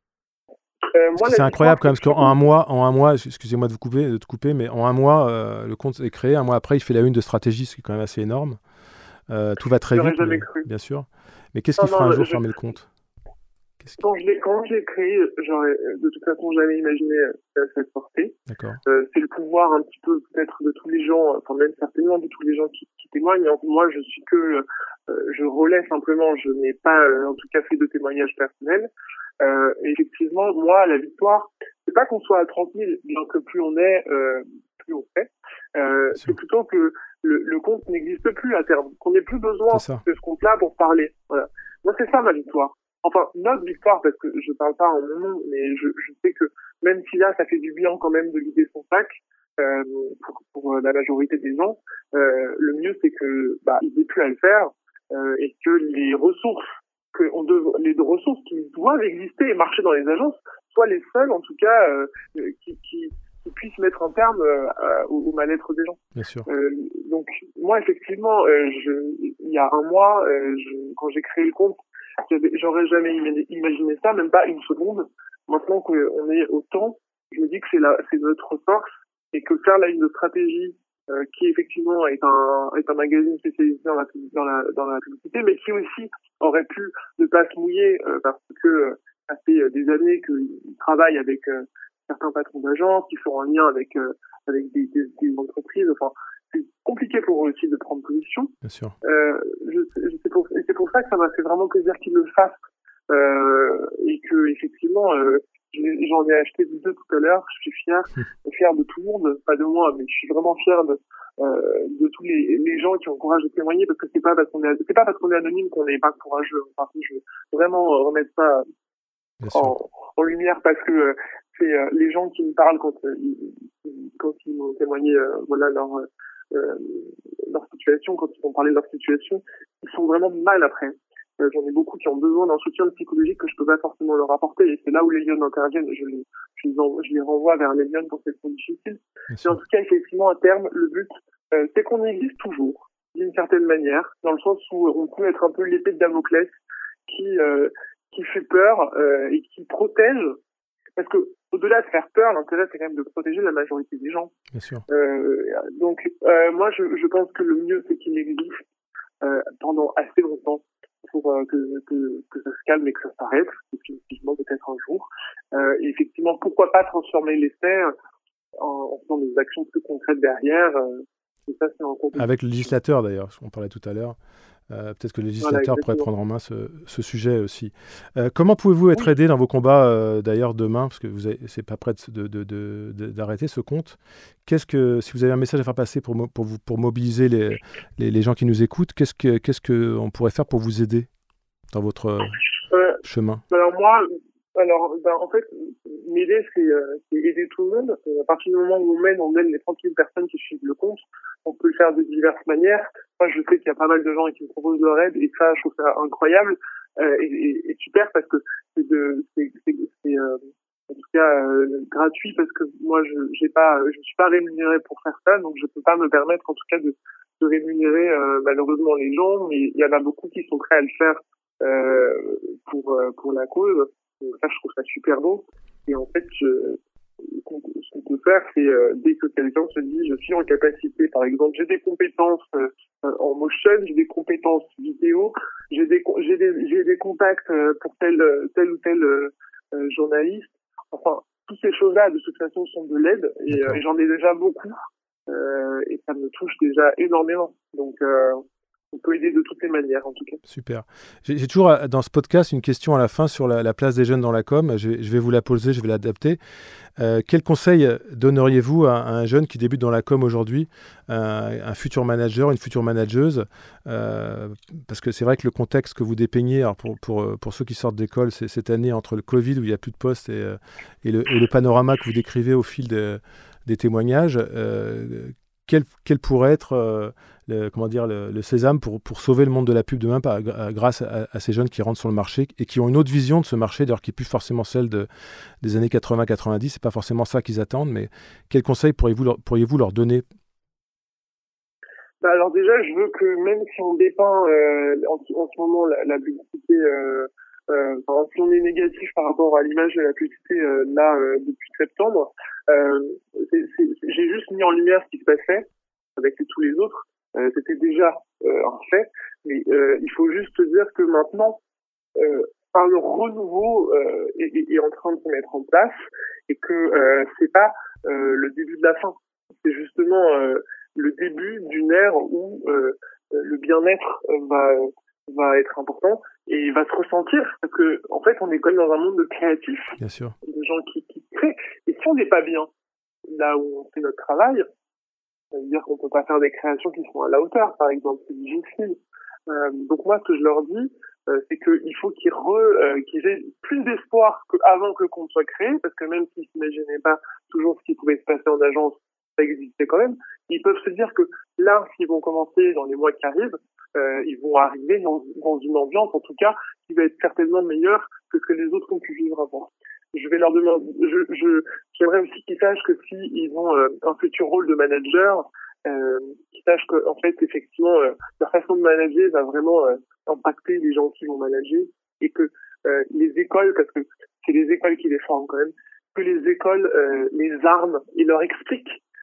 Euh, moi, c'est incroyable quand même, parce qu'en un mois, en un mois, excusez-moi de vous couper, de te couper, mais en un mois, euh, le compte est créé. Un mois après, il fait la une de stratégie, ce qui est quand même assez énorme. Euh, tout va très J'aurais vite, jamais mais, cru. bien sûr. Mais qu'est-ce Non, qui fera non, un jour je- fermer le compte? Qu'est-ce qui- Quand je l'ai, quand je l'ai créé, j'aurais de toute façon jamais imaginé euh, cette portée. D'accord. Euh, c'est le pouvoir un petit peu peut-être de tous les gens, enfin même certainement de tous les gens qui, qui témoignent. Alors, moi, je suis que, euh, je relais simplement, je n'ai pas euh, en tout cas fait de témoignage personnel. Euh, et effectivement, moi, la victoire, c'est pas qu'on soit à trente mille, bien que plus on est, euh, plus on fait. Euh, c'est plutôt que le, le compte n'existe plus à terme, qu'on n'ait plus besoin de ce compte-là pour parler. Voilà. Moi, c'est ça ma victoire. Enfin, notre victoire, parce que je parle pas en mon nom, mais je, je sais que même si là, ça fait du bien quand même de vider son sac, euh, pour, pour la majorité des gens, euh, le mieux c'est que bah, ils aient plus à le faire euh, et que les ressources, que on dev- les ressources qui doivent exister et marcher dans les agences soient les seules, en tout cas, euh, qui, qui, qui puissent mettre un terme euh, au, au mal-être des gens. Bien sûr. Euh, donc moi, effectivement, euh, je, il y a un mois, euh, je, quand j'ai créé le compte, j'aurais jamais imaginé ça, même pas une seconde. Maintenant qu'on est au temps, je me dis que c'est la, c'est notre force et que faire la ligne de stratégie euh, qui effectivement est un est un magazine spécialisé dans la dans la dans la publicité, mais qui aussi aurait pu ne pas se mouiller euh, parce que euh, ça fait des années qu'ils travaillent avec euh, certains patrons d'agences qui sont en lien avec euh, avec des, des, des entreprises. Enfin, c'est compliqué pour eux aussi de prendre position. Bien sûr. Euh, je, je, c'est pour c'est pour ça que ça m'a fait vraiment plaisir qu'ils le fassent euh, et que effectivement euh, j'en ai acheté deux tout à l'heure. Je suis fier, fier de tout le monde, pas de moi, mais je suis vraiment fier de euh, de tous les, les gens qui ont le courage de témoigner, parce que c'est pas parce qu'on est c'est pas parce qu'on est anonyme qu'on n'est pas courageux. Enfin, je veux vraiment remettre ça en, en lumière, parce que euh, c'est euh, les gens qui me parlent quand euh, ils, quand ils m'ont témoigné euh, voilà leur euh, leur situation, quand ils m'ont parlé de leur situation, ils sont vraiment mal après. Euh, j'en ai beaucoup qui ont besoin d'un soutien psychologique que je peux pas forcément leur apporter, et c'est là où les Lyonnes interviennent. Je les, je les, envoie, je les renvoie vers les Lyonnes pour ces temps difficiles. Et en tout cas, effectivement, à terme, le but, euh, c'est qu'on existe toujours, d'une certaine manière, dans le sens où on peut être un peu l'épée de Damoclès qui euh, qui fait peur euh, et qui protège, parce que au-delà de faire peur, l'intérêt c'est quand même de protéger la majorité des gens. Bien sûr. Euh, donc euh, moi je, je pense que le mieux c'est qu'il existe euh, pendant assez longtemps pour euh, que, que que ça se calme et que ça s'arrête définitivement, peut-être un jour. Euh, et effectivement, pourquoi pas transformer les faits en, en faisant des actions plus concrètes derrière. Euh, et ça, c'est en Avec le législateur d'ailleurs, on parlait tout à l'heure. Euh, peut-être que le législateur voilà, pourrait prendre en main ce, ce sujet aussi. Euh, comment pouvez-vous être oui. aidé dans vos combats euh, d'ailleurs demain, parce que vous avez, c'est pas prêt de, de, de, de, d'arrêter ce compte. Qu'est-ce que, si vous avez un message à faire passer pour, pour, vous, pour mobiliser les, les, les gens qui nous écoutent, qu'est-ce que, qu'est-ce que on pourrait faire pour vous aider dans votre euh, chemin? Alors moi, alors ben, en fait, m'aider, c'est, euh, c'est aider tout le monde. À partir du moment où on mène, on mène les trente mille personnes qui suivent le compte. On peut le faire de diverses manières. Moi, je sais qu'il y a pas mal de gens qui me proposent leur aide, et ça, je trouve ça incroyable euh, et, et, et super, parce que c'est de, c'est, c'est, c'est euh, en tout cas euh, gratuit, parce que moi, je j'ai pas, je suis pas rémunéré pour faire ça, donc je peux pas me permettre, en tout cas, de, de rémunérer euh, malheureusement les gens, mais il y en a beaucoup qui sont prêts à le faire euh, pour euh, pour la cause. Donc ça, je trouve ça super beau. Et en fait, je ce qu'on peut faire, c'est euh, dès que quelqu'un se dit je suis en capacité, par exemple, j'ai des compétences euh, en motion, j'ai des compétences vidéo, j'ai des j'ai des j'ai des contacts euh, pour tel tel ou tel euh, euh, journaliste. Enfin, toutes ces choses-là, de toute façon, sont de l'aide, et, euh, et j'en ai déjà beaucoup, euh, et ça me touche déjà énormément. Donc euh, on peut aider de toutes les manières, en tout cas. Super. J'ai, j'ai toujours dans ce podcast une question à la fin sur la, la place des jeunes dans la com. Je, je vais vous la poser, je vais l'adapter. Euh, quel conseil donneriez-vous à, à un jeune qui débute dans la com aujourd'hui, euh, un futur manager, une future manageuse, euh, parce que c'est vrai que le contexte que vous dépeignez, alors pour, pour, pour ceux qui sortent d'école, c'est cette année entre le Covid où il n'y a plus de postes et, et, le, et le panorama que vous décrivez au fil de, des témoignages. Euh, Quel, quel pourrait être euh, le, comment dire, le, le sésame pour, pour sauver le monde de la pub demain par, à, grâce à, à ces jeunes qui rentrent sur le marché et qui ont une autre vision de ce marché, d'ailleurs qui n'est plus forcément celle de, des années quatre-vingts quatre-vingt-dix, c'est pas forcément ça qu'ils attendent, mais quels conseils pourriez-vous leur, pourriez-vous leur donner? Bah alors déjà, je veux que même si on dépeint euh, en, en ce moment la, la publicité, euh, euh, enfin, si on est négatif par rapport à l'image de la publicité euh, là euh, depuis septembre, euh, c'est, c'est, j'ai juste mis en lumière ce qui se passait avec tous les autres. Euh, c'était déjà euh, un fait, mais euh, il faut juste dire que maintenant, euh, un renouveau euh, est, est, est en train de se mettre en place, et que euh, c'est pas euh, le début de la fin, c'est justement euh, le début d'une ère où euh, le bien-être va va être important et va se ressentir, parce que en fait on est quand même dans un monde de créatifs, bien sûr, de gens qui, qui créent, et si on n'est pas bien là où on fait notre travail, ça veut dire qu'on peut pas faire des créations qui sont à la hauteur, par exemple, c'est difficile. Euh, donc moi, ce que je leur dis, euh, c'est qu'il faut qu'ils, re, euh, qu'ils aient plus d'espoir qu'avant que le compte soit créé, parce que même s'ils s'imaginaient pas toujours ce qui pouvait se passer en agence, ça existait quand même. Ils peuvent se dire que là, s'ils vont commencer dans les mois qui arrivent, euh, ils vont arriver dans, dans une ambiance, en tout cas, qui va être certainement meilleure que ce que les autres ont pu vivre avant. Je vais leur demander, je, je, j'aimerais aussi qu'ils sachent que si ils ont euh, un futur rôle de manager, euh, qu'ils sachent que, en fait, effectivement, euh, leur façon de manager va vraiment euh, impacter les gens qui vont manager, et que euh, les écoles, parce que c'est les écoles qui les forment quand même, que les écoles euh, les arment et leur expliquent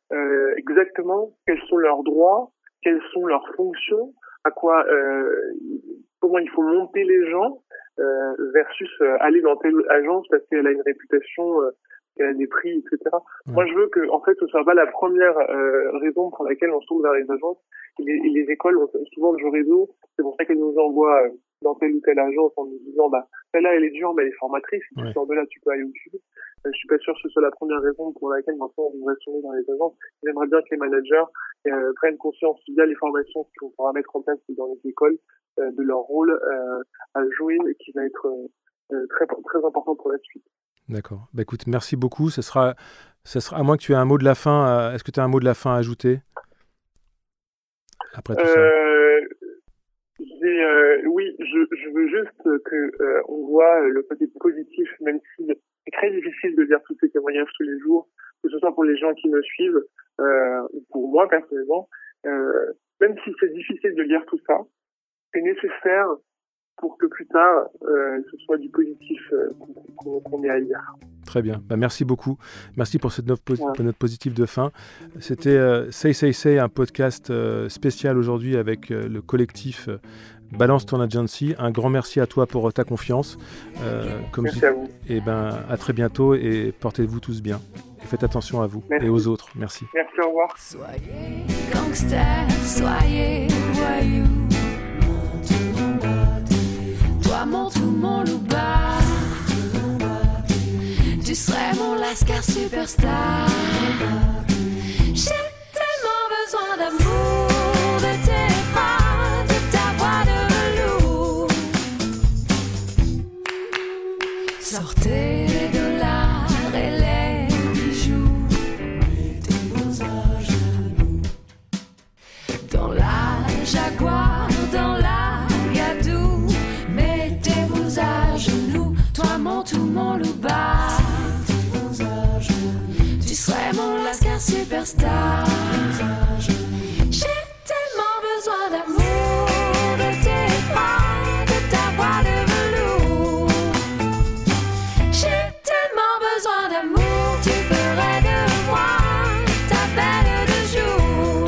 euh, exactement quels sont leurs droits, quelles sont leurs fonctions, à quoi, euh, comment il faut monter les gens, euh, versus euh, aller dans telle agence parce qu'elle a une réputation, euh, qu'elle a des prix, et cetera. Ouais. Moi, je veux que, en fait, ce soit pas la première euh, raison pour laquelle on se tourne vers les agences. Et les, et les écoles ont souvent du réseau. C'est pour ça qu'elles nous envoient euh, dans telle ou telle agence en nous disant, bah, celle-là, elle est dure, mais elle est formatrice. Si ouais. tu sors de là, tu peux aller où tu veux. Euh, je suis pas sûr que ce soit la première raison pour laquelle maintenant on devrait se tourner dans les agences. J'aimerais bien que les managers euh, prennent conscience via les formations qu'on pourra mettre en place dans les écoles euh, de leur rôle euh, à jouer et qui va être euh, très, très important pour la suite. D'accord. Bah, écoute, merci beaucoup. Ça sera, ça sera, à moins que tu aies un mot de la fin, à, est-ce que tu as un mot de la fin à ajouter après tout euh, ça j'ai, euh, Oui, je, je veux juste que euh, on voit le côté positif, même si c'est très difficile de lire tous ces témoignages tous les jours, que ce soit pour les gens qui me suivent euh, ou pour moi personnellement. Euh, même si c'est difficile de lire tout ça, c'est nécessaire pour que plus tard, euh, ce soit du positif euh, qu'on, qu'on ait à lire. Très bien. Bah, merci beaucoup. Merci pour cette note, posi- ouais. note positive de fin. C'était euh, Say Say Say, un podcast euh, spécial aujourd'hui avec euh, le collectif euh, Balance Ton Agency. Un grand merci à toi pour ta confiance. Euh, comme merci je... à vous. Et ben, à très bientôt et portez-vous tous bien. Et faites attention à vous merci. Et aux autres. Merci. Merci, au revoir. Soyez gangster, soyez voyou. Toi, mon tout, mon louba. Tu serais mon lascar superstar. J'ai tellement besoin d'amour, de tes bras, de ta voix de velours. Sortez les dollars et les bijoux. Mettez-vous à genoux. Dans la Jaguar, dans la Gadou. Mettez-vous à genoux. Toi, mon tout, mon louba. Tu serais mon lascar superstar. J'ai tellement besoin d'amour, de tes bras, de ta voix de velours. J'ai tellement besoin d'amour, tu ferais de moi ta belle de jour.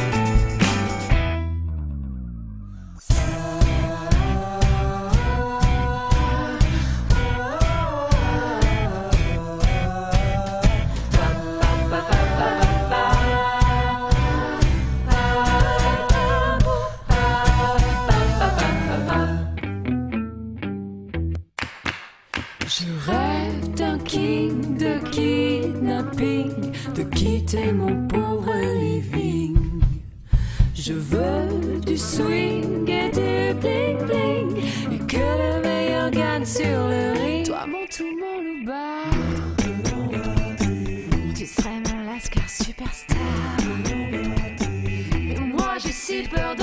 Je rêve d'un king, de kidnapping, de quitter mon pauvre living. Je veux du swing et du bling bling, et que le meilleur gagne sur le ring. Toi, mon tout, mon louba, tu serais mon lascar superstar. Et moi, j'ai si peur de